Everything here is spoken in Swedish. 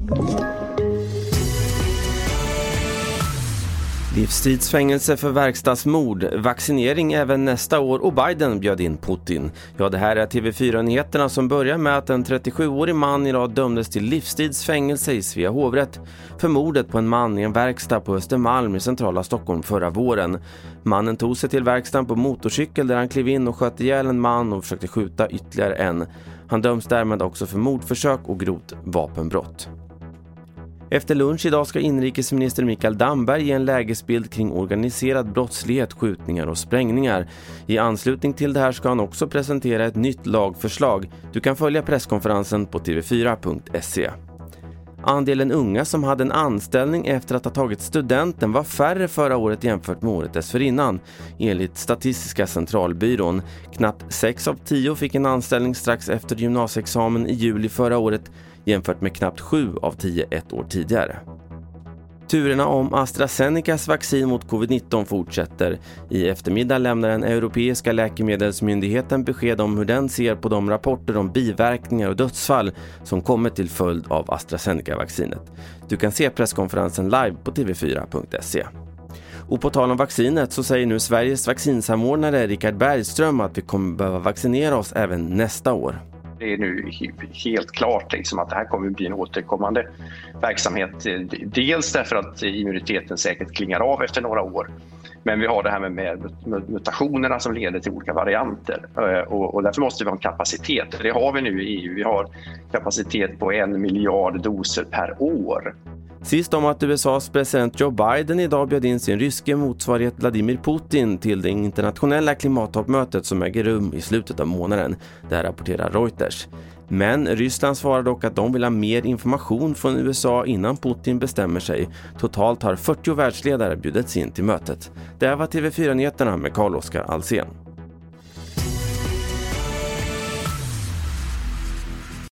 Livstidsfängelse för verkstadsmord, vaccinering även nästa år och Biden bjöd in Putin. Ja, det här är TV4-nyheterna som börjar med att en 37-årig man idag dömdes till livstidsfängelse i Svea hovrätt för mordet på en man i en verkstad på Östermalm i centrala Stockholm förra våren. Mannen tog sig till verkstaden på motorcykel där han klev in och sköt ihjäl en man och försökte skjuta ytterligare en. Han döms därmed också för mordförsök och grovt vapenbrott. Efter lunch idag ska inrikesminister Mikael Damberg ge en lägesbild kring organiserad brottslighet, skjutningar och sprängningar. I anslutning till det här ska han också presentera ett nytt lagförslag. Du kan följa presskonferensen på tv4.se. Andelen unga som hade en anställning efter att ha tagit studenten var färre förra året jämfört med året dessförinnan. Enligt Statistiska centralbyrån, knappt 6 av 10 fick en anställning strax efter gymnasieexamen i juli förra året jämfört med knappt 7 av 10 ett år tidigare. Turerna om AstraZenecas vaccin mot covid-19 fortsätter. I eftermiddag lämnar den europeiska läkemedelsmyndigheten besked om hur den ser på de rapporter om biverkningar och dödsfall som kommer till följd av AstraZeneca-vaccinet. Du kan se presskonferensen live på tv4.se. Och på tal om vaccinet så säger nu Sveriges vaccinsamordnare Richard Bergström att vi kommer behöva vaccinera oss även nästa år. Det är nu helt klart att det här kommer bli en återkommande verksamhet. Dels därför att immuniteten säkert klingar av efter några år. Men vi har det här med mutationerna som leder till olika varianter. Och därför måste vi ha en kapacitet. Det har vi nu i EU. Vi har kapacitet på 1 miljard doser per år. Sist om att USAs president Joe Biden idag bjöd in sin ryske motsvarighet Vladimir Putin till det internationella klimattoppmötet som äger rum i slutet av månaden. Det här rapporterar Reuters. Men Ryssland svarar dock att de vill ha mer information från USA innan Putin bestämmer sig. Totalt har 40 världsledare bjudits in till mötet. Det här var TV4-nyheterna med Carl-Oskar Alsen.